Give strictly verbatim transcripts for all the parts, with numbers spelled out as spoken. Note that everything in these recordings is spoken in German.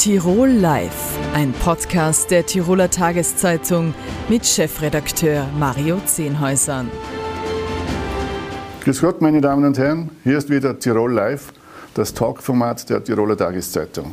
Tirol Live, ein Podcast der Tiroler Tageszeitung mit Chefredakteur Mario Zehnhäusern. Grüß Gott, meine Damen und Herren, hier ist wieder Tirol Live, das Talkformat der Tiroler Tageszeitung.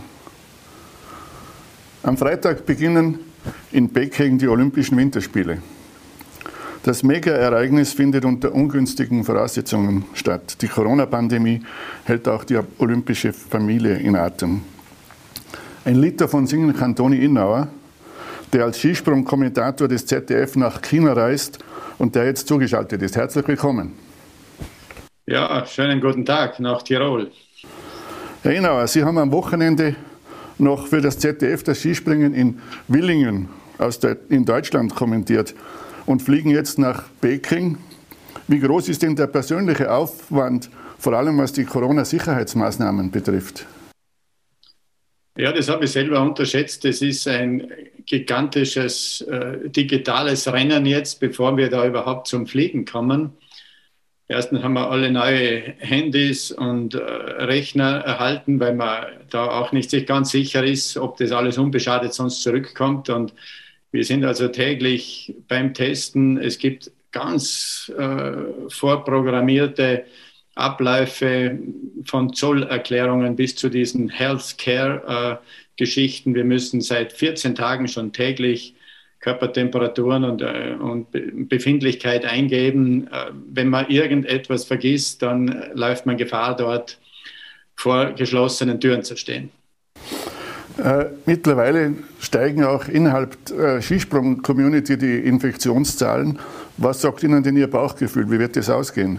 Am Freitag beginnen in Peking die Olympischen Winterspiele. Das Mega-Ereignis findet unter ungünstigen Voraussetzungen statt. Die Corona-Pandemie hält auch die olympische Familie in Atem. Ein Lied davon singen kann Toni Innauer, der als Skisprung-Kommentator des Z D F nach China reist und der jetzt zugeschaltet ist. Herzlich willkommen. Ja, schönen guten Tag nach Tirol. Herr Innauer, Sie haben am Wochenende noch für das Z D F das Skispringen in Willingen aus der, in Deutschland kommentiert und fliegen jetzt nach Peking. Wie groß ist denn der persönliche Aufwand, vor allem was die Corona-Sicherheitsmaßnahmen betrifft? Ja, das habe ich selber unterschätzt. Das ist ein gigantisches äh, digitales Rennen jetzt, bevor wir da überhaupt zum Fliegen kommen. Erstens haben wir alle neue Handys und äh, Rechner erhalten, weil man da auch nicht sich ganz sicher ist, ob das alles unbeschadet sonst zurückkommt. Und wir sind also täglich beim Testen. Es gibt ganz äh, vorprogrammierte Abläufe von Zollerklärungen bis zu diesen Healthcare-Geschichten. Äh, wir müssen seit vierzehn Tagen schon täglich Körpertemperaturen und, äh, und Befindlichkeit eingeben. Äh, wenn man irgendetwas vergisst, dann äh, läuft man Gefahr, dort vor geschlossenen Türen zu stehen. Äh, mittlerweile steigen auch innerhalb der Skisprung-Community die Infektionszahlen. Was sagt Ihnen denn Ihr Bauchgefühl? Wie wird das ausgehen?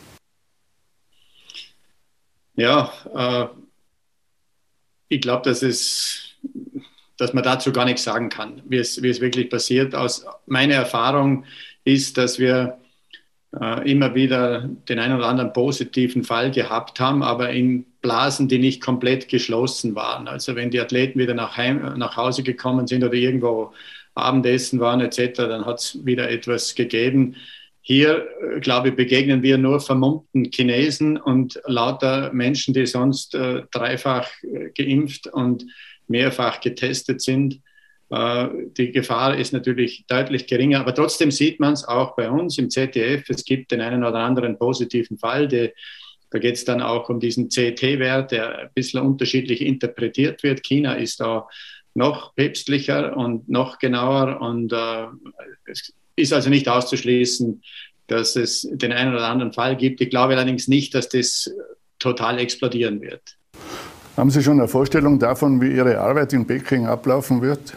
Ja, äh, ich glaube, dass es, dass man dazu gar nichts sagen kann, wie es, wie es wirklich passiert. Aus meiner Erfahrung ist, dass wir äh, immer wieder den einen oder anderen positiven Fall gehabt haben, aber in Blasen, die nicht komplett geschlossen waren. Also wenn die Athleten wieder nach, Heim, nach Hause gekommen sind oder irgendwo Abendessen waren et cetera, dann hat es wieder etwas gegeben. Hier, glaube ich, begegnen wir nur vermummten Chinesen und lauter Menschen, die sonst äh, dreifach geimpft und mehrfach getestet sind. Äh, die Gefahr ist natürlich deutlich geringer, aber trotzdem sieht man es auch bei uns im Z D F. Es gibt den einen oder anderen positiven Fall. Die, da geht es dann auch um diesen C T-Wert, der ein bisschen unterschiedlich interpretiert wird. China ist da noch päpstlicher und noch genauer und äh, es ist also nicht auszuschließen, dass es den einen oder anderen Fall gibt. Ich glaube allerdings nicht, dass das total explodieren wird. Haben Sie schon eine Vorstellung davon, wie Ihre Arbeit in Peking ablaufen wird?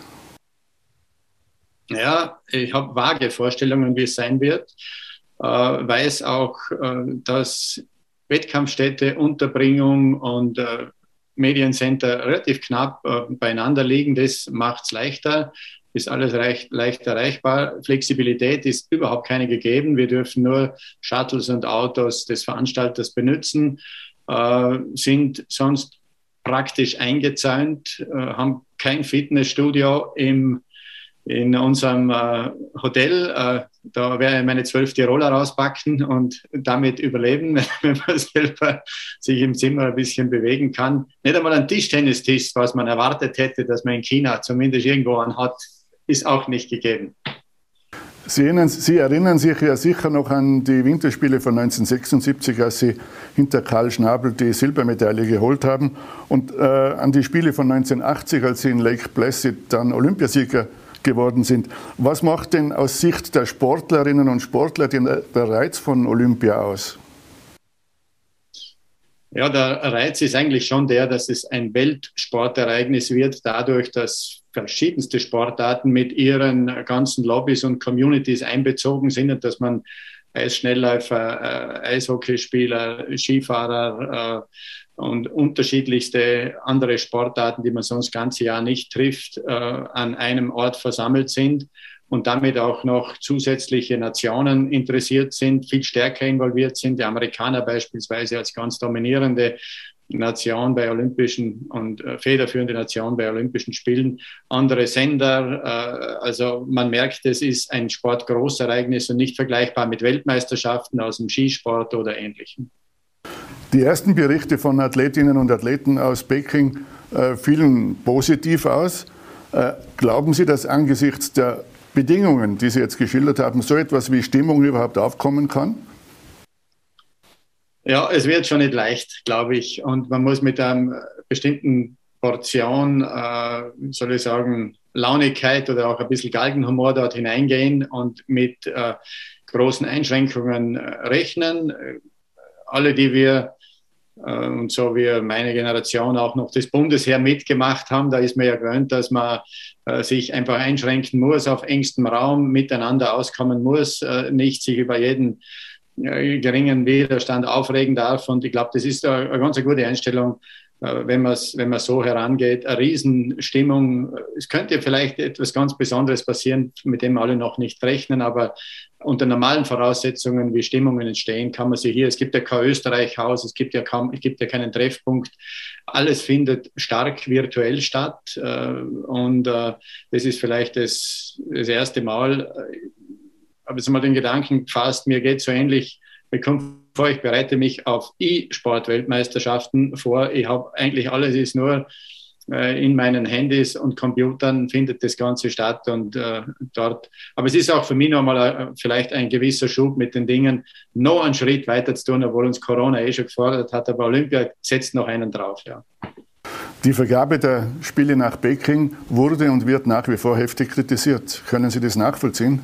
Ja, ich habe vage Vorstellungen, wie es sein wird. Äh, weiß auch, äh, dass Wettkampfstätte, Unterbringung und äh, Mediencenter relativ knapp äh, beieinander liegen. Das macht es leichter. Ist alles leicht, leicht erreichbar. Flexibilität ist überhaupt keine gegeben. Wir dürfen nur Shuttles und Autos des Veranstalters benutzen, äh, sind sonst praktisch eingezäunt, äh, haben kein Fitnessstudio im, in unserem äh, Hotel. Äh, da werde ich meine zwölf Tiroler rauspacken und damit überleben, wenn man selber sich im Zimmer ein bisschen bewegen kann. Nicht einmal ein Tischtennistisch, was man erwartet hätte, dass man in China zumindest irgendwo einen hat, ist auch nicht gegeben. Sie erinnern, Sie erinnern sich ja sicher noch an die Winterspiele von neunzehnhundertsechsundsiebzig, als Sie hinter Karl Schnabel die Silbermedaille geholt haben, und äh, an die Spiele von neunzehnhundertachtzig, als Sie in Lake Placid dann Olympiasieger geworden sind. Was macht denn aus Sicht der Sportlerinnen und Sportler den der Reiz von Olympia aus? Ja, der Reiz ist eigentlich schon der, dass es ein Weltsportereignis wird, dadurch, dass verschiedenste Sportarten mit ihren ganzen Lobbys und Communities einbezogen sind und dass man Eisschnellläufer, äh, Eishockeyspieler, Skifahrer äh, und unterschiedlichste andere Sportarten, die man sonst das ganze Jahr nicht trifft, äh, an einem Ort versammelt sind und damit auch noch zusätzliche Nationen interessiert sind, viel stärker involviert sind. Die Amerikaner beispielsweise als ganz dominierende Nation bei Olympischen und äh, federführende Nation bei Olympischen Spielen, andere Sender. Äh, also man merkt, es ist ein Sportgroßereignis und nicht vergleichbar mit Weltmeisterschaften aus dem Skisport oder Ähnlichem. Die ersten Berichte von Athletinnen und Athleten aus Peking äh, vielen positiv aus. Äh, glauben Sie, dass angesichts der Bedingungen, die Sie jetzt geschildert haben, so etwas wie Stimmung überhaupt aufkommen kann? Ja, es wird schon nicht leicht, glaube ich. Und man muss mit einer bestimmten Portion, äh, soll ich sagen, Launigkeit oder auch ein bisschen Galgenhumor dort hineingehen und mit äh, großen Einschränkungen äh, rechnen. Alle, die wir äh, und so wie meine Generation auch noch das Bundesheer mitgemacht haben, da ist man ja gewöhnt, dass man äh, sich einfach einschränken muss, auf engstem Raum miteinander auskommen muss, äh, nicht sich über jeden äh, geringen Widerstand aufregen darf. Und ich glaube, das ist eine, eine ganz gute Einstellung, wenn man wenn man so herangeht, eine Riesenstimmung. Es könnte vielleicht etwas ganz Besonderes passieren, mit dem alle noch nicht rechnen, aber unter normalen Voraussetzungen, wie Stimmungen entstehen, kann man sie hier, es gibt ja kein Österreich-Haus, es gibt ja kaum, es gibt ja keinen Treffpunkt. Alles findet stark virtuell statt und das ist vielleicht das, das erste Mal. Ich habe jetzt mal den Gedanken gefasst, mir geht so ähnlich. Ich komme vor, ich bereite mich auf E-Sport-Weltmeisterschaften vor. Ich habe eigentlich alles ist nur äh, in meinen Handys und Computern findet das Ganze statt und äh, dort. Aber es ist auch für mich nochmal äh, vielleicht ein gewisser Schub mit den Dingen, noch einen Schritt weiter zu tun, obwohl uns Corona eh schon gefordert hat. Aber Olympia setzt noch einen drauf, ja. Die Vergabe der Spiele nach Peking wurde und wird nach wie vor heftig kritisiert. Können Sie das nachvollziehen?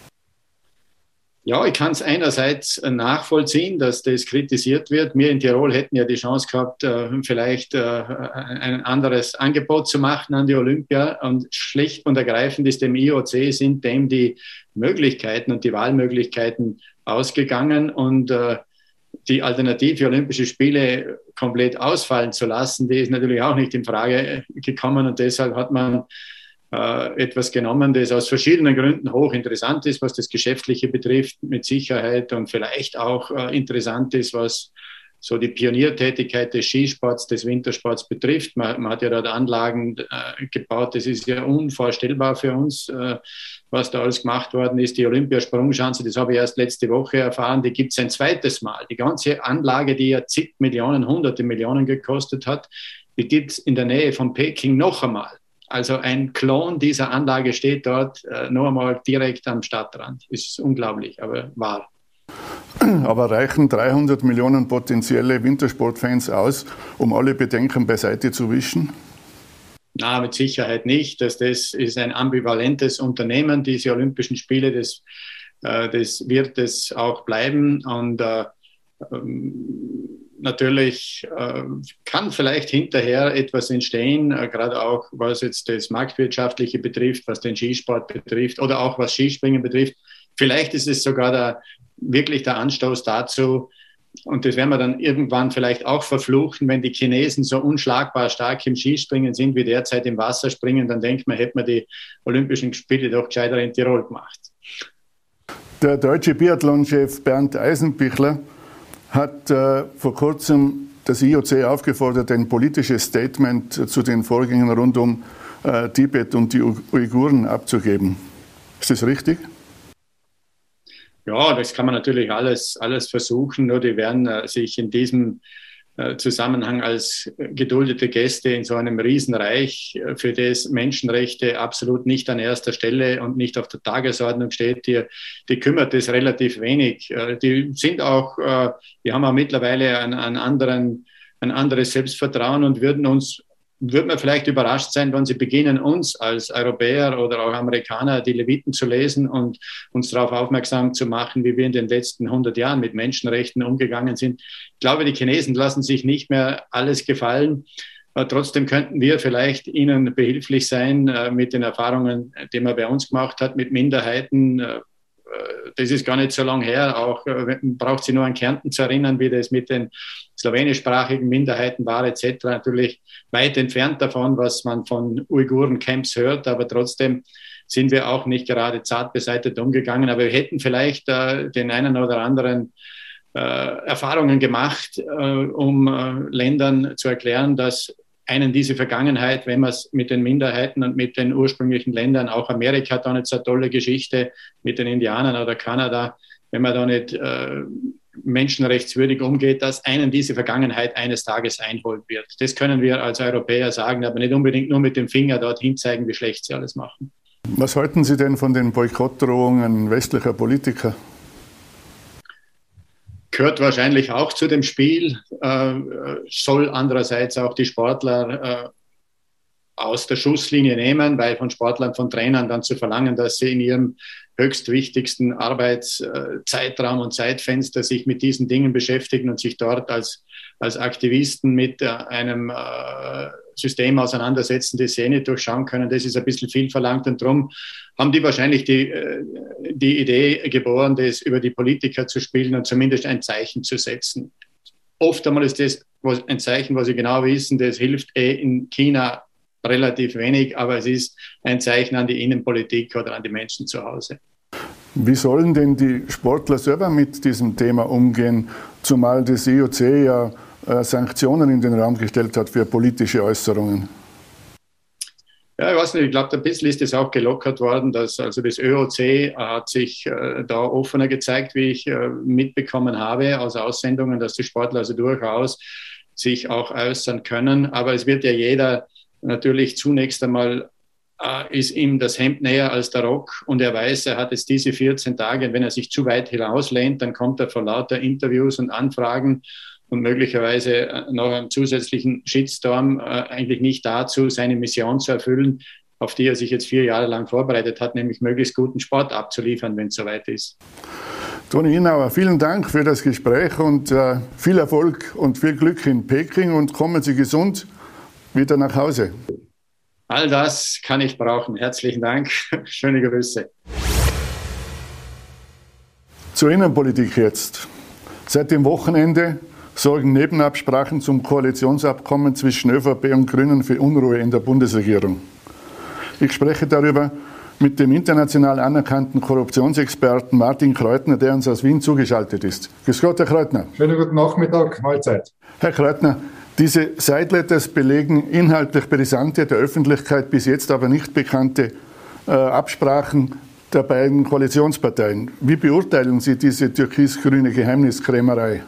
Ja, ich kann es einerseits nachvollziehen, dass das kritisiert wird. Wir in Tirol hätten ja die Chance gehabt, vielleicht ein anderes Angebot zu machen an die Olympia. Und schlicht und ergreifend ist dem I O C sind dem die Möglichkeiten und die Wahlmöglichkeiten ausgegangen. Und die Alternative Olympische Spiele komplett ausfallen zu lassen, die ist natürlich auch nicht in Frage gekommen. Und deshalb hat man etwas genommen, das aus verschiedenen Gründen hochinteressant ist, was das Geschäftliche betrifft, mit Sicherheit und vielleicht auch äh, interessant ist, was so die Pioniertätigkeit des Skisports, des Wintersports betrifft. Man, man hat ja dort Anlagen äh, gebaut, das ist ja unvorstellbar für uns, äh, was da alles gemacht worden ist. Die Olympiasprungschanze, das habe ich erst letzte Woche erfahren, die gibt es ein zweites Mal. Die ganze Anlage, die ja zig Millionen, hunderte Millionen gekostet hat, die gibt es in der Nähe von Peking noch einmal. Also ein Klon dieser Anlage steht dort äh, noch einmal direkt am Stadtrand. Ist unglaublich, aber wahr. Aber reichen dreihundert Millionen potenzielle Wintersportfans aus, um alle Bedenken beiseite zu wischen? Na, mit Sicherheit nicht. Das, das ist ein ambivalentes Unternehmen, diese Olympischen Spiele. Das, äh, das wird es auch bleiben. Und äh, ähm, Natürlich äh, kann vielleicht hinterher etwas entstehen, äh, gerade auch was jetzt das Marktwirtschaftliche betrifft, was den Skisport betrifft oder auch was Skispringen betrifft. Vielleicht ist es sogar der, wirklich der Anstoß dazu, und das werden wir dann irgendwann vielleicht auch verfluchen, wenn die Chinesen so unschlagbar stark im Skispringen sind wie derzeit im Wasserspringen, dann denkt man, hätte man die Olympischen Spiele doch gescheiter in Tirol gemacht. Der deutsche Biathlonchef Bernd Eisenbichler hat äh, vor kurzem das I O C aufgefordert, ein politisches Statement zu den Vorgängen rund um äh, Tibet und die Uiguren abzugeben. Ist das richtig? Ja, das kann man natürlich alles, alles versuchen, nur die werden äh, sich in diesem äh, Zusammenhang als geduldete Gäste in so einem Riesenreich, äh, für das Menschenrechte absolut nicht an erster Stelle und nicht auf der Tagesordnung steht, die, die kümmert es relativ wenig. Äh, die sind auch, äh, die haben auch mittlerweile einen, einen anderen, ein anderes Selbstvertrauen und würden uns würde man vielleicht überrascht sein, wenn sie beginnen, uns als Europäer oder auch Amerikaner die Leviten zu lesen und uns darauf aufmerksam zu machen, wie wir in den letzten hundert Jahren mit Menschenrechten umgegangen sind. Ich glaube, die Chinesen lassen sich nicht mehr alles gefallen. Äh, trotzdem könnten wir vielleicht ihnen behilflich sein äh, mit den Erfahrungen, die man bei uns gemacht hat, mit Minderheiten. Äh, das ist gar nicht so lange her. Auch äh, braucht sie nur an Kärnten zu erinnern, wie das mit den slowenischsprachigen Minderheiten war et cetera. Natürlich weit entfernt davon, was man von Uiguren-Camps hört, aber trotzdem sind wir auch nicht gerade zart beseitigt umgegangen. Aber wir hätten vielleicht äh, den einen oder anderen äh, Erfahrungen gemacht, äh, um äh, Ländern zu erklären, dass einen diese Vergangenheit, wenn man es mit den Minderheiten und mit den ursprünglichen Ländern, auch Amerika hat da nicht so eine tolle Geschichte mit den Indianern oder Kanada, wenn man da nicht äh, menschenrechtswürdig umgeht, dass einen diese Vergangenheit eines Tages einholen wird. Das können wir als Europäer sagen, aber nicht unbedingt nur mit dem Finger dorthin zeigen, wie schlecht sie alles machen. Was halten Sie denn von den Boykottdrohungen westlicher Politiker? Gehört wahrscheinlich auch zu dem Spiel, äh, soll andererseits auch die Sportler äh, aus der Schusslinie nehmen, weil von Sportlern, von Trainern dann zu verlangen, dass sie in ihrem höchst wichtigsten Arbeitszeitraum und Zeitfenster sich mit diesen Dingen beschäftigen und sich dort als, als Aktivisten mit äh, einem äh, System auseinandersetzen, das sie eh nicht durchschauen können. Das ist ein bisschen viel verlangt und darum haben die wahrscheinlich die, äh, die Idee geboren, das über die Politiker zu spielen und zumindest ein Zeichen zu setzen. Oft einmal ist das was, ein Zeichen, was sie genau wissen, das hilft eh in China relativ wenig, aber es ist ein Zeichen an die Innenpolitik oder an die Menschen zu Hause. Wie sollen denn die Sportler selber mit diesem Thema umgehen, zumal das I O C ja äh, Sanktionen in den Raum gestellt hat für politische Äußerungen? Ja, ich weiß nicht, ich glaube, ein bisschen ist es auch gelockert worden, dass also das Ö O C hat sich äh, da offener gezeigt, wie ich äh, mitbekommen habe aus Aussendungen, dass die Sportler also durchaus sich auch äußern können, aber es wird ja jeder natürlich zunächst einmal äh, ist ihm das Hemd näher als der Rock und er weiß, er hat jetzt diese vierzehn Tage, wenn er sich zu weit hinauslehnt, dann kommt er vor lauter Interviews und Anfragen und möglicherweise noch einen zusätzlichen Shitstorm äh, eigentlich nicht dazu, seine Mission zu erfüllen, auf die er sich jetzt vier Jahre lang vorbereitet hat, nämlich möglichst guten Sport abzuliefern, wenn es soweit ist. Toni Innauer, vielen Dank für das Gespräch und äh, viel Erfolg und viel Glück in Peking und kommen Sie gesund wieder nach Hause. All das kann ich brauchen. Herzlichen Dank. Schöne Grüße. Zur Innenpolitik jetzt. Seit dem Wochenende sorgen Nebenabsprachen zum Koalitionsabkommen zwischen ÖVP und Grünen für Unruhe in der Bundesregierung. Ich spreche darüber mit dem international anerkannten Korruptionsexperten Martin Kreutner, der uns aus Wien zugeschaltet ist. Grüß Gott, Herr Kreutner. Schönen guten Nachmittag, Mahlzeit. Herr Kreutner, diese Side-Letters belegen inhaltlich brisante, der Öffentlichkeit bis jetzt aber nicht bekannte äh, Absprachen der beiden Koalitionsparteien. Wie beurteilen Sie diese türkis-grüne Geheimniskrämerei?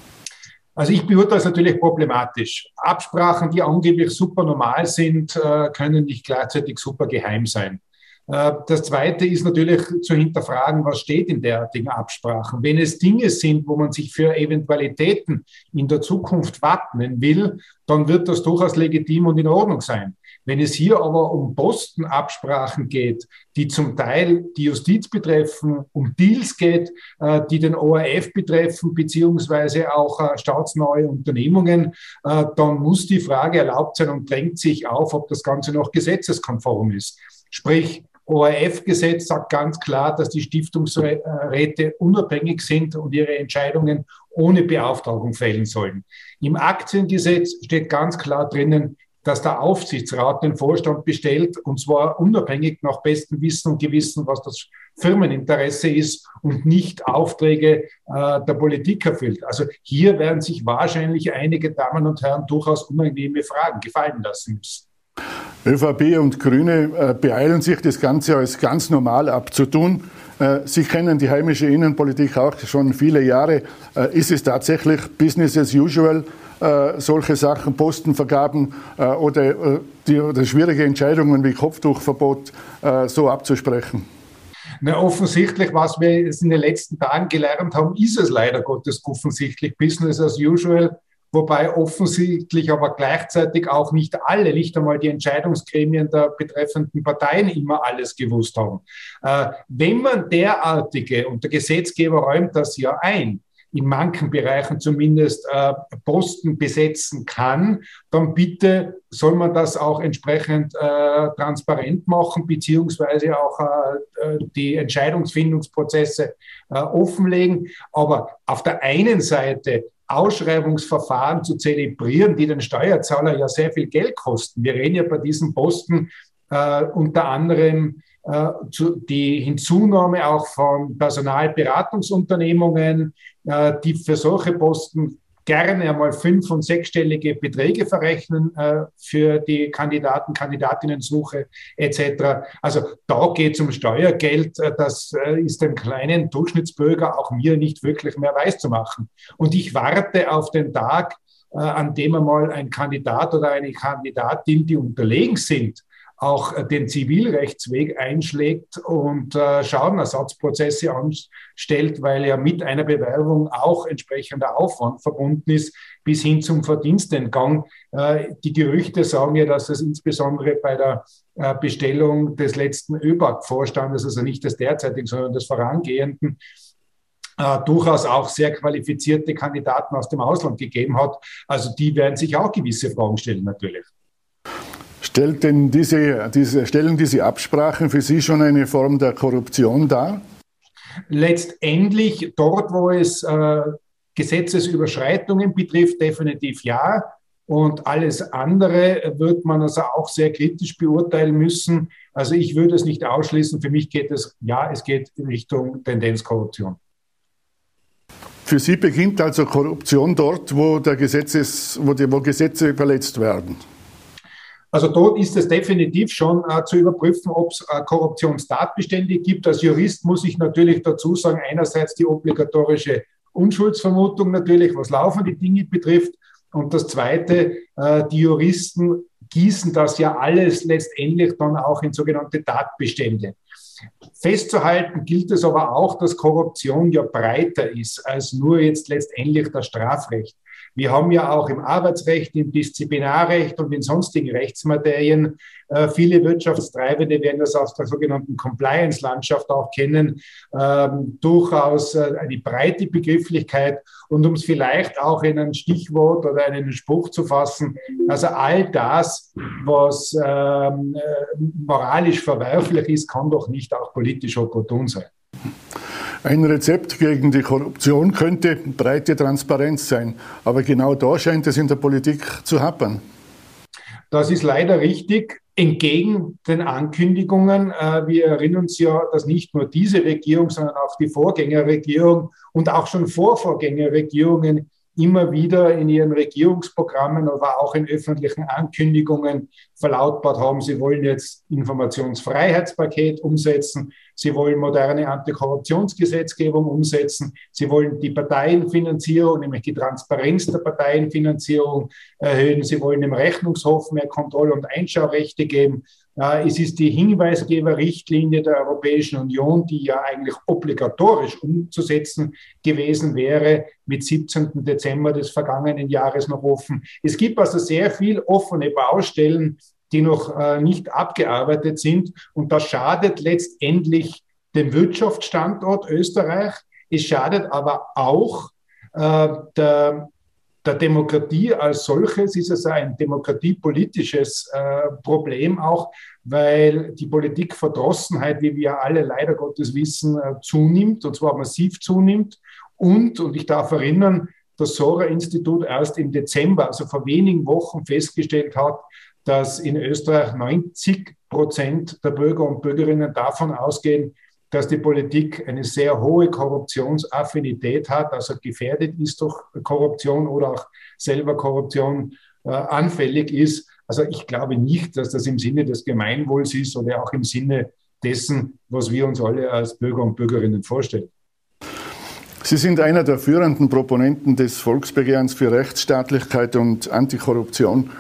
Also ich beurteile es natürlich problematisch. Absprachen, die angeblich super normal sind, äh, können nicht gleichzeitig super geheim sein. Das Zweite ist natürlich zu hinterfragen, was steht in derartigen Absprachen. Wenn es Dinge sind, wo man sich für Eventualitäten in der Zukunft wappnen will, dann wird das durchaus legitim und in Ordnung sein. Wenn es hier aber um Postenabsprachen geht, die zum Teil die Justiz betreffen, um Deals geht, die den O R F betreffen, beziehungsweise auch staatsnahe Unternehmungen, dann muss die Frage erlaubt sein und drängt sich auf, ob das Ganze noch gesetzeskonform ist. Sprich, O R F-Gesetz sagt ganz klar, dass die Stiftungsräte unabhängig sind und ihre Entscheidungen ohne Beauftragung fällen sollen. Im Aktiengesetz steht ganz klar drinnen, dass der Aufsichtsrat den Vorstand bestellt, und zwar unabhängig nach bestem Wissen und Gewissen, was das Firmeninteresse ist und nicht Aufträge äh, der Politik erfüllt. Also hier werden sich wahrscheinlich einige Damen und Herren durchaus unangenehme Fragen gefallen lassen müssen. ÖVP und Grüne äh, beeilen sich, das Ganze als ganz normal abzutun. Äh, Sie kennen die heimische Innenpolitik auch schon viele Jahre. Äh, ist es tatsächlich Business as usual, äh, solche Sachen, Postenvergaben äh, oder, äh, die, oder schwierige Entscheidungen wie Kopftuchverbot äh, so abzusprechen? Na, offensichtlich, was wir jetzt in den letzten Tagen gelernt haben, ist es leider Gottes offensichtlich Business as usual. Wobei offensichtlich aber gleichzeitig auch nicht alle, nicht einmal die Entscheidungsgremien der betreffenden Parteien immer alles gewusst haben. Äh, wenn man derartige, und der Gesetzgeber räumt das ja ein, in manchen Bereichen zumindest äh, Posten besetzen kann, dann bitte soll man das auch entsprechend äh, transparent machen, beziehungsweise auch äh, die Entscheidungsfindungsprozesse äh, offenlegen. Aber auf der einen Seite Ausschreibungsverfahren zu zelebrieren, die den Steuerzahler ja sehr viel Geld kosten. Wir reden ja bei diesen Posten äh, unter anderem äh, zu, die Hinzunahme auch von Personalberatungsunternehmungen, äh, die für solche Posten gerne einmal fünf- und sechsstellige Beträge verrechnen äh, für die Kandidaten, Kandidatinnen-Suche et cetera. Also da geht es um Steuergeld. Das äh, ist dem kleinen Durchschnittsbürger, auch mir, nicht wirklich mehr weiß zu machen. Und ich warte auf den Tag, äh, an dem einmal ein Kandidat oder eine Kandidatin, die unterlegen sind, auch den Zivilrechtsweg einschlägt und äh, Schadenersatzprozesse anstellt, weil ja mit einer Bewerbung auch entsprechender Aufwand verbunden ist, bis hin zum Verdienstentgang. Äh, die Gerüchte sagen ja, dass es insbesondere bei der äh, Bestellung des letzten ÖBAG-Vorstandes, also nicht des derzeitigen, sondern des vorangehenden, äh, durchaus auch sehr qualifizierte Kandidaten aus dem Ausland gegeben hat. Also die werden sich auch gewisse Fragen stellen natürlich. Stellt denn diese, diese, stellen diese Absprachen für Sie schon eine Form der Korruption dar? Letztendlich dort, wo es äh, Gesetzesüberschreitungen betrifft, definitiv ja. Und alles andere wird man also auch sehr kritisch beurteilen müssen. Also ich würde es nicht ausschließen. Für mich geht es, ja, es geht in Richtung Tendenz Korruption. Für Sie beginnt also Korruption dort, wo, der Gesetzes, wo, die, wo Gesetze verletzt werden? Also dort ist es definitiv schon äh, zu überprüfen, ob es äh, Korruptionstatbestände gibt. Als Jurist muss ich natürlich dazu sagen, einerseits die obligatorische Unschuldsvermutung natürlich, was laufende Dinge betrifft. Und das Zweite, äh, die Juristen gießen das ja alles letztendlich dann auch in sogenannte Tatbestände. Festzuhalten gilt es aber auch, dass Korruption ja breiter ist als nur jetzt letztendlich das Strafrecht. Wir haben ja auch im Arbeitsrecht, im Disziplinarrecht und in sonstigen Rechtsmaterien äh, viele Wirtschaftstreibende werden das aus der sogenannten Compliance-Landschaft auch kennen, ähm, durchaus äh, eine breite Begrifflichkeit. Und um es vielleicht auch in ein Stichwort oder einen Spruch zu fassen, also all das, was ähm, äh, moralisch verwerflich ist, kann doch nicht auch politisch opportun sein. Ein Rezept gegen die Korruption könnte breite Transparenz sein. Aber genau da scheint es in der Politik zu hapern. Das ist leider richtig. Entgegen den Ankündigungen. Wir erinnern uns ja, dass nicht nur diese Regierung, sondern auch die Vorgängerregierung und auch schon Vorvorgängerregierungen immer wieder in ihren Regierungsprogrammen, aber auch in öffentlichen Ankündigungen verlautbart haben, sie wollen jetzt Informationsfreiheitspaket umsetzen, sie wollen moderne Antikorruptionsgesetzgebung umsetzen, sie wollen die Parteienfinanzierung, nämlich die Transparenz der Parteienfinanzierung erhöhen, sie wollen dem Rechnungshof mehr Kontroll- und Einschaurechte geben. Es ist die Hinweisgeberrichtlinie der Europäischen Union, die ja eigentlich obligatorisch umzusetzen gewesen wäre, mit siebzehnten Dezember des vergangenen Jahres noch offen. Es gibt also sehr viel offene Baustellen, die noch äh, nicht abgearbeitet sind. Und das schadet letztendlich dem Wirtschaftsstandort Österreich. Es schadet aber auch äh, der Der Demokratie als solches. Ist es ein demokratiepolitisches äh, Problem auch, weil die Politikverdrossenheit, wie wir alle leider Gottes wissen, äh, zunimmt, und zwar massiv zunimmt. Und, und ich darf erinnern, das Sora-Institut erst im Dezember, also vor wenigen Wochen, festgestellt hat, dass in Österreich neunzig Prozent der Bürger und Bürgerinnen davon ausgehen, dass die Politik eine sehr hohe Korruptionsaffinität hat, also gefährdet ist durch Korruption oder auch selber Korruption äh, anfällig ist. Also ich glaube nicht, dass das im Sinne des Gemeinwohls ist oder auch im Sinne dessen, was wir uns alle als Bürger und Bürgerinnen vorstellen. Sie sind einer der führenden Proponenten des Volksbegehrens für Rechtsstaatlichkeit und Antikorruption.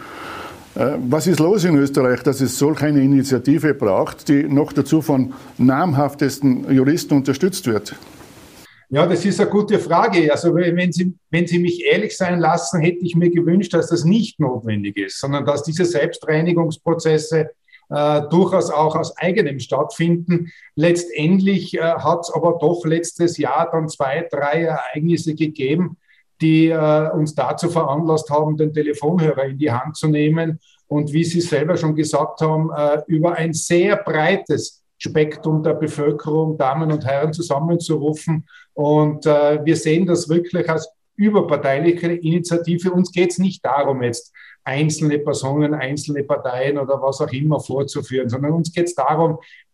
Was ist los in Österreich, dass es solch eine Initiative braucht, die noch dazu von namhaftesten Juristen unterstützt wird? Ja, das ist eine gute Frage. Also wenn Sie, wenn Sie mich ehrlich sein lassen, hätte ich mir gewünscht, dass das nicht notwendig ist, sondern dass diese Selbstreinigungsprozesse äh, durchaus auch aus eigenem stattfinden. Letztendlich äh, hat es aber doch letztes Jahr dann zwei, drei Ereignisse gegeben, die äh, uns dazu veranlasst haben, den Telefonhörer in die Hand zu nehmen und, wie Sie selber schon gesagt haben, äh, über ein sehr breites Spektrum der Bevölkerung Damen und Herren zusammenzurufen. Und äh, wir sehen das wirklich als überparteiliche Initiative. Uns geht es nicht darum, jetzt einzelne Personen, einzelne Parteien oder was auch immer vorzuführen, sondern uns geht es darum,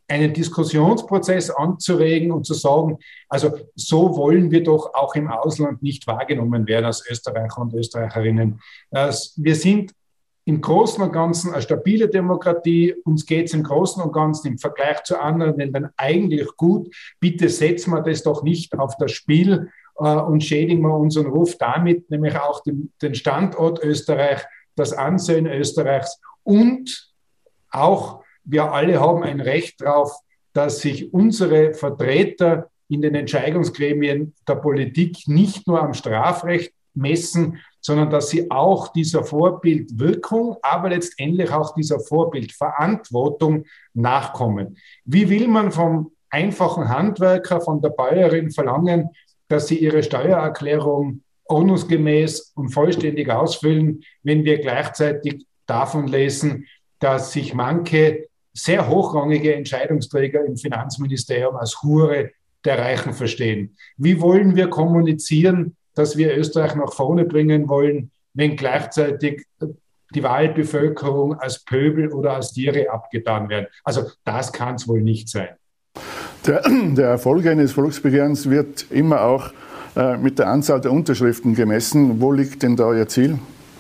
einen Diskussionsprozess anzuregen und zu sagen, also so wollen wir doch auch im Ausland nicht wahrgenommen werden als Österreicher und Österreicherinnen. Wir sind im Großen und Ganzen eine stabile Demokratie. Uns geht es im Großen und Ganzen im Vergleich zu anderen Ländern eigentlich gut. Bitte setzen wir das doch nicht auf das Spiel äh, und schädigen wir unseren Ruf damit, nämlich auch den, den Standort Österreich, das Ansehen Österreichs und auch wir alle haben ein Recht darauf, dass sich unsere Vertreter in den Entscheidungsgremien der Politik nicht nur am Strafrecht messen, sondern dass sie auch dieser Vorbildwirkung, aber letztendlich auch dieser Vorbildverantwortung nachkommen. Wie will man vom einfachen Handwerker, von der Bäuerin verlangen, dass sie ihre Steuererklärung ordnungsgemäß und vollständig ausfüllen, wenn wir gleichzeitig davon lesen, dass sich manche sehr hochrangige Entscheidungsträger im Finanzministerium als Hure der Reichen verstehen? Wie wollen wir kommunizieren, dass wir Österreich nach vorne bringen wollen, wenn gleichzeitig die Wahlbevölkerung als Pöbel oder als Tiere abgetan werden? Also das kann es wohl nicht sein. Der, der Erfolg eines Volksbegehrens wird immer auch äh, mit der Anzahl der Unterschriften gemessen. Wo liegt denn da Ihr Ziel?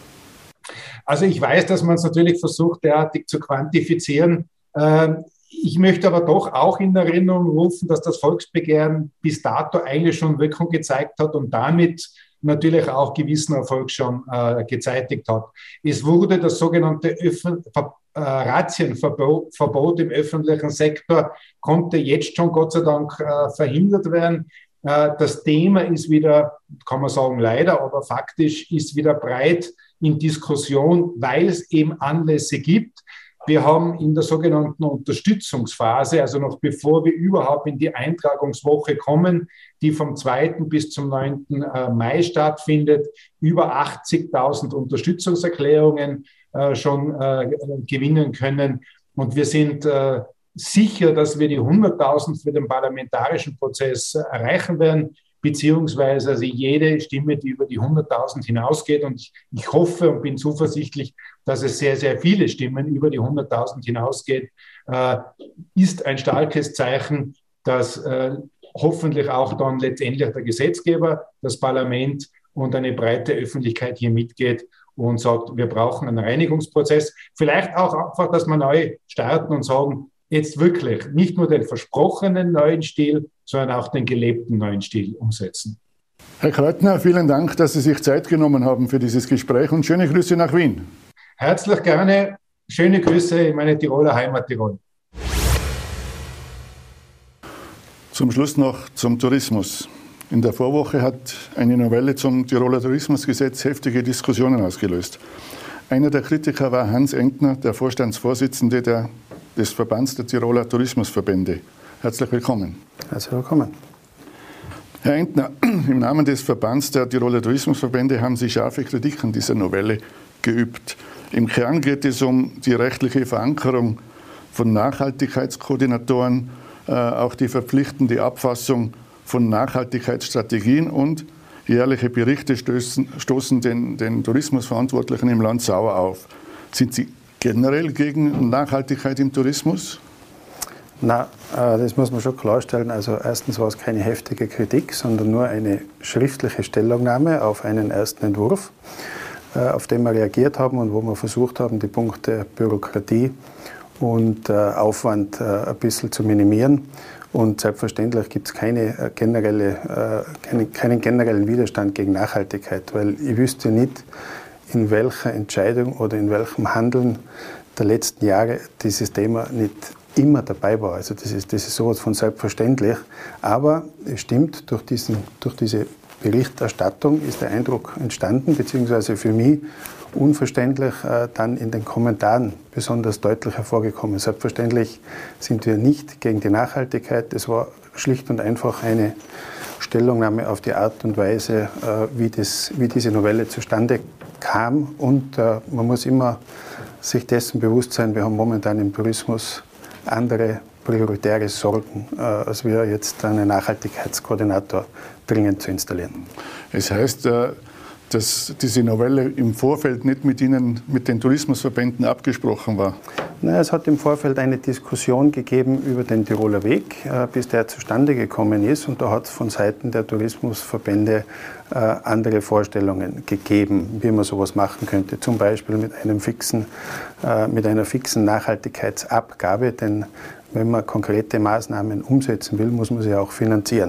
Also ich weiß, dass man es natürlich versucht, derartig zu quantifizieren. Ähm, Ich möchte aber doch auch in Erinnerung rufen, dass das Volksbegehren bis dato eigentlich schon Wirkung gezeigt hat und damit natürlich auch gewissen Erfolg schon äh, gezeitigt hat. Es wurde das sogenannte Öffn- Ver- äh, Razzienverbot Verbot im öffentlichen Sektor, konnte jetzt schon Gott sei Dank äh, verhindert werden. Äh, das Thema ist wieder, kann man sagen leider, aber faktisch ist wieder breit in Diskussion, weil es eben Anlässe gibt. Wir haben in der sogenannten Unterstützungsphase, also noch bevor wir überhaupt in die Eintragungswoche kommen, die vom zweiten bis zum neunten Mai stattfindet, über achtzigtausend Unterstützungserklärungen äh, schon äh, gewinnen können. Und wir sind äh, sicher, dass wir die hunderttausend für den parlamentarischen Prozess erreichen werden, beziehungsweise also jede Stimme, die über die hunderttausend hinausgeht. Und ich, ich hoffe und bin zuversichtlich, dass es sehr, sehr viele Stimmen über die hunderttausend hinausgeht, äh, ist ein starkes Zeichen, dass äh, hoffentlich auch dann letztendlich der Gesetzgeber, das Parlament und eine breite Öffentlichkeit hier mitgeht und sagt, wir brauchen einen Reinigungsprozess. Vielleicht auch einfach, dass wir neu starten und sagen, jetzt wirklich nicht nur den versprochenen neuen Stil, sondern auch den gelebten neuen Stil umsetzen. Herr Kreutner, vielen Dank, dass Sie sich Zeit genommen haben für dieses Gespräch und schöne Grüße nach Wien. Herzlich gerne. Schöne Grüße in meine Tiroler Heimat Tirol. Zum Schluss noch zum Tourismus. In der Vorwoche hat eine Novelle zum Tiroler Tourismusgesetz heftige Diskussionen ausgelöst. Einer der Kritiker war Hans Engner, der Vorstandsvorsitzende der, des Verbands der Tiroler Tourismusverbände. Herzlich willkommen. Herzlich willkommen. Herr Engner, im Namen des Verbands der Tiroler Tourismusverbände haben Sie scharfe Kritik an dieser Novelle geübt. Im Kern geht es um die rechtliche Verankerung von Nachhaltigkeitskoordinatoren, äh, auch die verpflichtende Abfassung von Nachhaltigkeitsstrategien und jährliche Berichte stoßen, stoßen den, den Tourismusverantwortlichen im Land sauer auf. Sind Sie generell gegen Nachhaltigkeit im Tourismus? Na, das muss man schon klarstellen. Also erstens war es keine heftige Kritik, sondern nur eine schriftliche Stellungnahme auf einen ersten Entwurf, auf den wir reagiert haben und wo wir versucht haben, die Punkte Bürokratie und Aufwand ein bisschen zu minimieren. Und selbstverständlich gibt es keine generelle, keine, keinen generellen Widerstand gegen Nachhaltigkeit, weil ich wüsste nicht, in welcher Entscheidung oder in welchem Handeln der letzten Jahre dieses Thema nicht immer dabei war. Also das ist, das ist sowas von selbstverständlich. Aber es stimmt, durch, diesen, durch diese Berichterstattung ist der Eindruck entstanden, beziehungsweise für mich unverständlich äh, dann in den Kommentaren besonders deutlich hervorgekommen. Selbstverständlich sind wir nicht gegen die Nachhaltigkeit. Es war schlicht und einfach eine Stellungnahme auf die Art und Weise, äh, wie, das, wie diese Novelle zustande kam. Und äh, man muss immer sich dessen bewusst sein, wir haben momentan im Tourismus andere prioritäre Sorgen, äh, als wir jetzt einen Nachhaltigkeitskoordinator dringend zu installieren. Es heißt, äh, dass diese Novelle im Vorfeld nicht mit Ihnen, mit den Tourismusverbänden abgesprochen war? Na, es hat im Vorfeld eine Diskussion gegeben über den Tiroler Weg, äh, bis der zustande gekommen ist. Und da hat es von Seiten der Tourismusverbände äh, andere Vorstellungen gegeben, wie man sowas machen könnte. Zum Beispiel mit, einem fixen, äh, mit einer fixen Nachhaltigkeitsabgabe. Denn wenn man konkrete Maßnahmen umsetzen will, muss man sie auch finanzieren.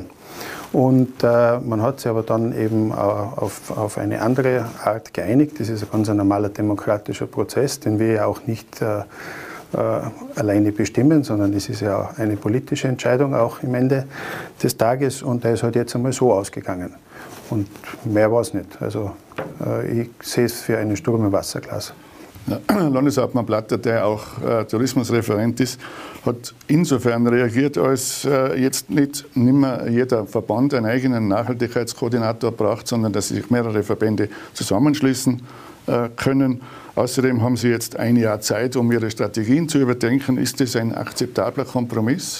Und äh, man hat sich aber dann eben auf, auf eine andere Art geeinigt. Das ist ein ganz normaler demokratischer Prozess, den wir ja auch nicht äh, äh, alleine bestimmen, sondern es ist ja eine politische Entscheidung auch im Ende des Tages. Und der ist halt jetzt einmal so ausgegangen. Und mehr war es nicht. Also äh, ich sehe es für einen Sturm im Wasserglas. Landeshauptmann Blatter, der auch äh, Tourismusreferent ist, hat insofern reagiert, als äh, jetzt nicht nimmer jeder Verband einen eigenen Nachhaltigkeitskoordinator braucht, sondern dass sich mehrere Verbände zusammenschließen äh, können. Außerdem haben Sie jetzt ein Jahr Zeit, um Ihre Strategien zu überdenken. Ist das ein akzeptabler Kompromiss?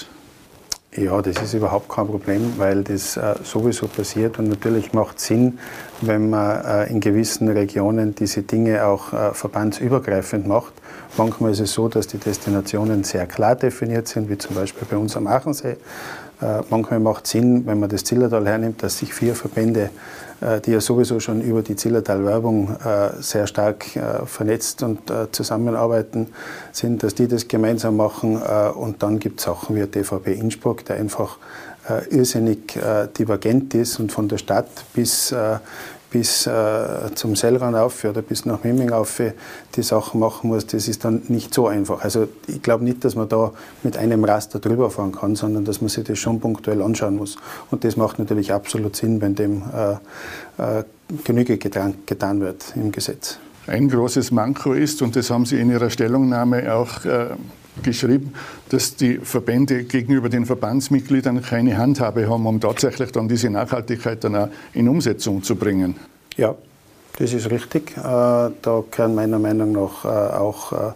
Ja, das ist überhaupt kein Problem, weil das äh, sowieso passiert und natürlich macht es Sinn, wenn man äh, in gewissen Regionen diese Dinge auch äh, verbandsübergreifend macht. Manchmal ist es so, dass die Destinationen sehr klar definiert sind, wie zum Beispiel bei uns am Achensee. Äh, manchmal macht es Sinn, wenn man das Zillertal hernimmt, dass sich vier Verbände, äh, die ja sowieso schon über die Zillertal-Werbung äh, sehr stark äh, vernetzt und äh, zusammenarbeiten sind, dass die das gemeinsam machen. Äh, und dann gibt es Sachen wie der T V P Innsbruck, der einfach äh, irrsinnig äh, divergent ist und von der Stadt bis äh, bis äh, zum Sellrand auf oder bis nach Mimming auf die Sachen machen muss, das ist dann nicht so einfach. Also ich glaube nicht, dass man da mit einem Raster drüber fahren kann, sondern dass man sich das schon punktuell anschauen muss. Und das macht natürlich absolut Sinn, wenn dem äh, äh, Genüge getan, getan wird im Gesetz. Ein großes Manko ist, und das haben Sie in Ihrer Stellungnahme auch äh, geschrieben, dass die Verbände gegenüber den Verbandsmitgliedern keine Handhabe haben, um tatsächlich dann diese Nachhaltigkeit dann auch in Umsetzung zu bringen. Ja, das ist richtig. Äh, da gehören meiner Meinung nach äh, auch äh,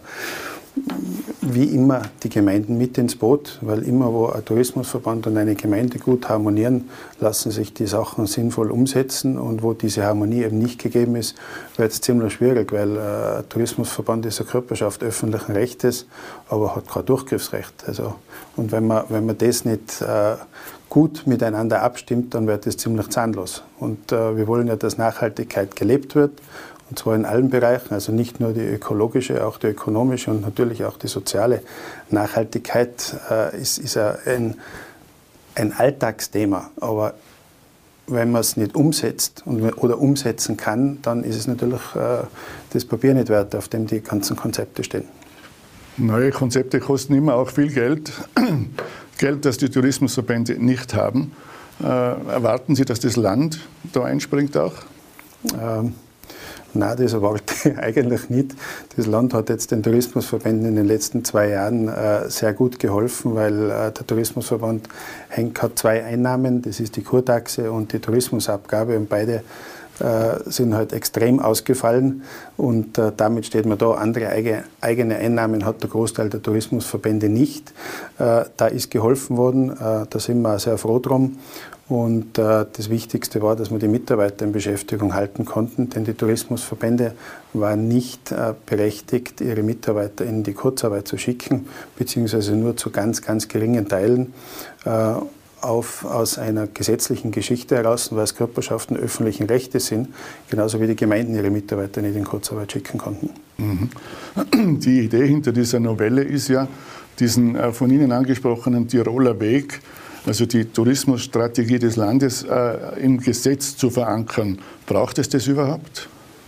wie immer die Gemeinden mit ins Boot, weil immer wo ein Tourismusverband und eine Gemeinde gut harmonieren, lassen sich die Sachen sinnvoll umsetzen, und wo diese Harmonie eben nicht gegeben ist, wird es ziemlich schwierig, weil äh, ein Tourismusverband ist eine Körperschaft öffentlichen Rechtes, aber hat kein Durchgriffsrecht. Also, und wenn man, wenn man das nicht äh, gut miteinander abstimmt, dann wird das ziemlich zahnlos. Und äh, wir wollen ja, dass Nachhaltigkeit gelebt wird. Und zwar in allen Bereichen, also nicht nur die ökologische, auch die ökonomische und natürlich auch die soziale Nachhaltigkeit äh, ist, ist ein, ein Alltagsthema. Aber wenn man es nicht umsetzt und, oder umsetzen kann, dann ist es natürlich äh, das Papier nicht wert, auf dem die ganzen Konzepte stehen. Neue Konzepte kosten immer auch viel Geld. Geld, das die Tourismusverbände nicht haben. Äh, erwarten Sie, dass das Land da einspringt auch? Ähm, Nein, das erwarte ich eigentlich nicht. Das Land hat jetzt den Tourismusverbänden in den letzten zwei Jahren äh, sehr gut geholfen, weil äh, der Tourismusverband hängt, hat zwei Einnahmen, das ist die Kurtaxe und die Tourismusabgabe, und beide äh, sind halt extrem ausgefallen, und äh, damit steht man da. Andere eigene, eigene Einnahmen hat der Großteil der Tourismusverbände nicht. Äh, da ist geholfen worden, äh, da sind wir auch sehr froh drum. Und äh, das Wichtigste war, dass wir die Mitarbeiter in Beschäftigung halten konnten, denn die Tourismusverbände waren nicht äh, berechtigt, ihre Mitarbeiter in die Kurzarbeit zu schicken, beziehungsweise nur zu ganz, ganz geringen Teilen äh, auf, aus einer gesetzlichen Geschichte heraus, weil es Körperschaften öffentlichen Rechtes sind, genauso wie die Gemeinden ihre Mitarbeiter nicht in Kurzarbeit schicken konnten. Mhm. Die Idee hinter dieser Novelle ist ja, diesen äh, von Ihnen angesprochenen Tiroler Weg, also die Tourismusstrategie des Landes äh, im Gesetz zu verankern. Braucht es das überhaupt?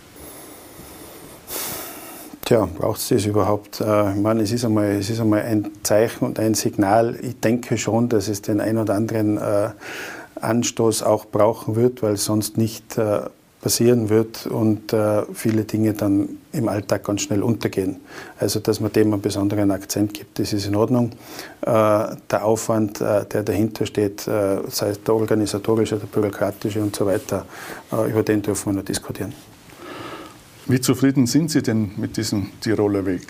Tja, braucht es das überhaupt? Äh, ich meine, es ist, einmal, es ist einmal ein Zeichen und ein Signal. Ich denke schon, dass es den ein oder anderen äh, Anstoß auch brauchen wird, weil es sonst nicht äh, passieren wird und äh, viele Dinge dann im Alltag ganz schnell untergehen. Also, dass man dem einen besonderen Akzent gibt, das ist in Ordnung. Äh, der Aufwand, äh, der dahinter steht, äh, sei es der organisatorische, der bürokratische und so weiter, äh, über den dürfen wir noch diskutieren. Wie zufrieden sind Sie denn mit diesem Tiroler Weg?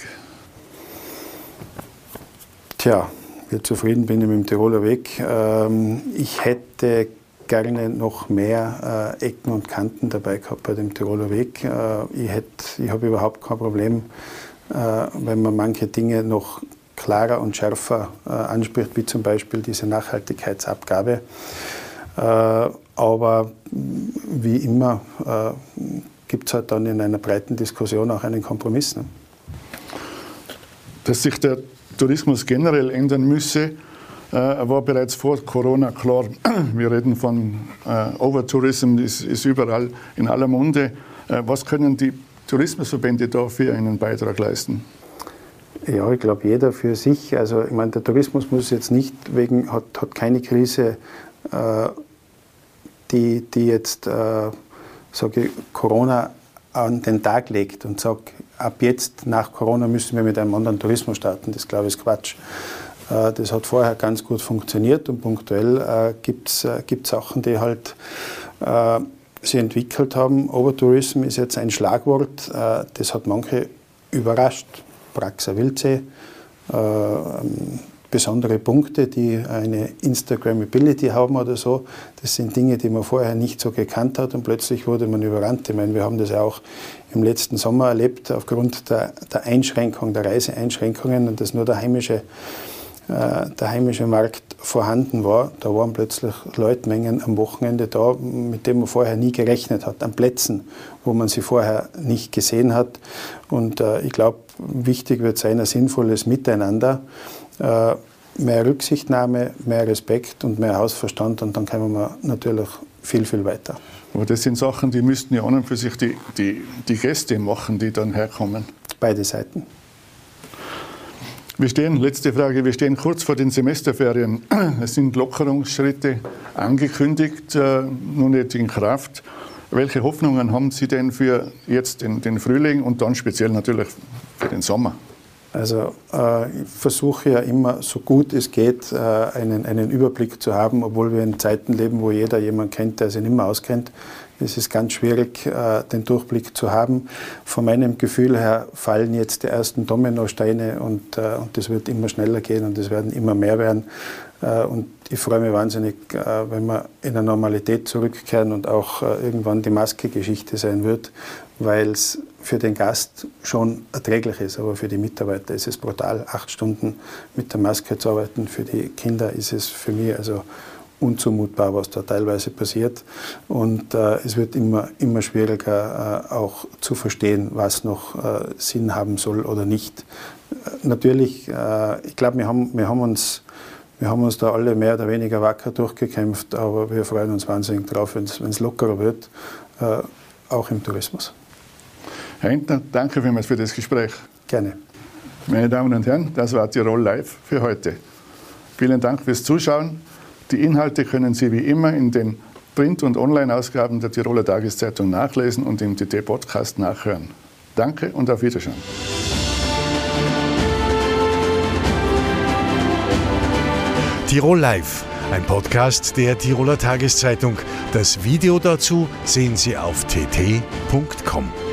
Tja, wie zufrieden bin ich mit dem Tiroler Weg. Ähm, ich hätte gerne noch mehr äh, Ecken und Kanten dabei gehabt bei dem Tiroler Weg. Äh, ich hätt, ich habe überhaupt kein Problem, äh, wenn man manche Dinge noch klarer und schärfer äh, anspricht, wie zum Beispiel diese Nachhaltigkeitsabgabe. Äh, aber wie immer äh, gibt es halt dann in einer breiten Diskussion auch einen Kompromiss. Ne? Dass sich der Tourismus generell ändern müsse, äh, war bereits vor Corona klar. Wir reden von äh, Overtourism, ist, ist überall in aller Munde. Äh, was können die Tourismusverbände da für einen Beitrag leisten? Ja, ich glaube, jeder für sich. Also ich meine, der Tourismus muss jetzt nicht wegen, hat, hat keine Krise, äh, die, die jetzt, äh, sage ich, Corona an den Tag legt und sagt, ab jetzt nach Corona müssen wir mit einem anderen Tourismus starten. Das, glaube ich, ist Quatsch. Äh, das hat vorher ganz gut funktioniert und punktuell äh, gibt es äh, Sachen, die halt äh, sich entwickelt haben. Overtourism ist jetzt ein Schlagwort, äh, das hat manche überrascht. Praxa Wildsee, äh, besondere Punkte, die eine Instagrammability haben oder so. Das sind Dinge, die man vorher nicht so gekannt hat und plötzlich wurde man überrannt. Ich meine, wir haben das ja auch im letzten Sommer erlebt, aufgrund der, der Einschränkung, der Reiseeinschränkungen und dass nur der heimische, äh, der heimische Markt vorhanden war. Da waren plötzlich Leutmengen am Wochenende da, mit denen man vorher nie gerechnet hat, an Plätzen, wo man sie vorher nicht gesehen hat. Und äh, ich glaube, wichtig wird sein ein sinnvolles Miteinander, äh, mehr Rücksichtnahme, mehr Respekt und mehr Hausverstand und dann kommen wir natürlich viel, viel weiter. Aber das sind Sachen, die müssten ja an und für sich die, die, die Gäste machen, die dann herkommen. Beide Seiten. Wir stehen, letzte Frage, wir stehen kurz vor den Semesterferien. Es sind Lockerungsschritte angekündigt, äh, noch nicht in Kraft. Welche Hoffnungen haben Sie denn für jetzt den, den Frühling und dann speziell natürlich für den Sommer? Also äh, ich versuche ja immer, so gut es geht, äh, einen, einen Überblick zu haben, obwohl wir in Zeiten leben, wo jeder jemanden kennt, der sich nicht mehr auskennt. Es ist ganz schwierig, äh, den Durchblick zu haben. Von meinem Gefühl her fallen jetzt die ersten Dominosteine und, äh, und das wird immer schneller gehen und es werden immer mehr werden. Äh, und ich freue mich wahnsinnig, äh, wenn wir in eine Normalität zurückkehren und auch äh, irgendwann die Maske-Geschichte sein wird, weil es für den Gast schon erträglich ist, aber für die Mitarbeiter ist es brutal, acht Stunden mit der Maske zu arbeiten. Für die Kinder ist es für mich also unzumutbar, was da teilweise passiert. Und äh, es wird immer, immer schwieriger, äh, auch zu verstehen, was noch äh, Sinn haben soll oder nicht. Äh, natürlich, äh, ich glaube, wir haben, wir haben uns Wir haben uns da alle mehr oder weniger wacker durchgekämpft, aber wir freuen uns wahnsinnig drauf, wenn es lockerer wird, äh, auch im Tourismus. Herr Entner, danke vielmals für das Gespräch. Gerne. Meine Damen und Herren, das war Tirol Live für heute. Vielen Dank fürs Zuschauen. Die Inhalte können Sie wie immer in den Print- und Online-Ausgaben der Tiroler Tageszeitung nachlesen und im T T-Podcast nachhören. Danke und auf Wiedersehen. Tirol Live, ein Podcast der Tiroler Tageszeitung. Das Video dazu sehen Sie auf t t punkt com.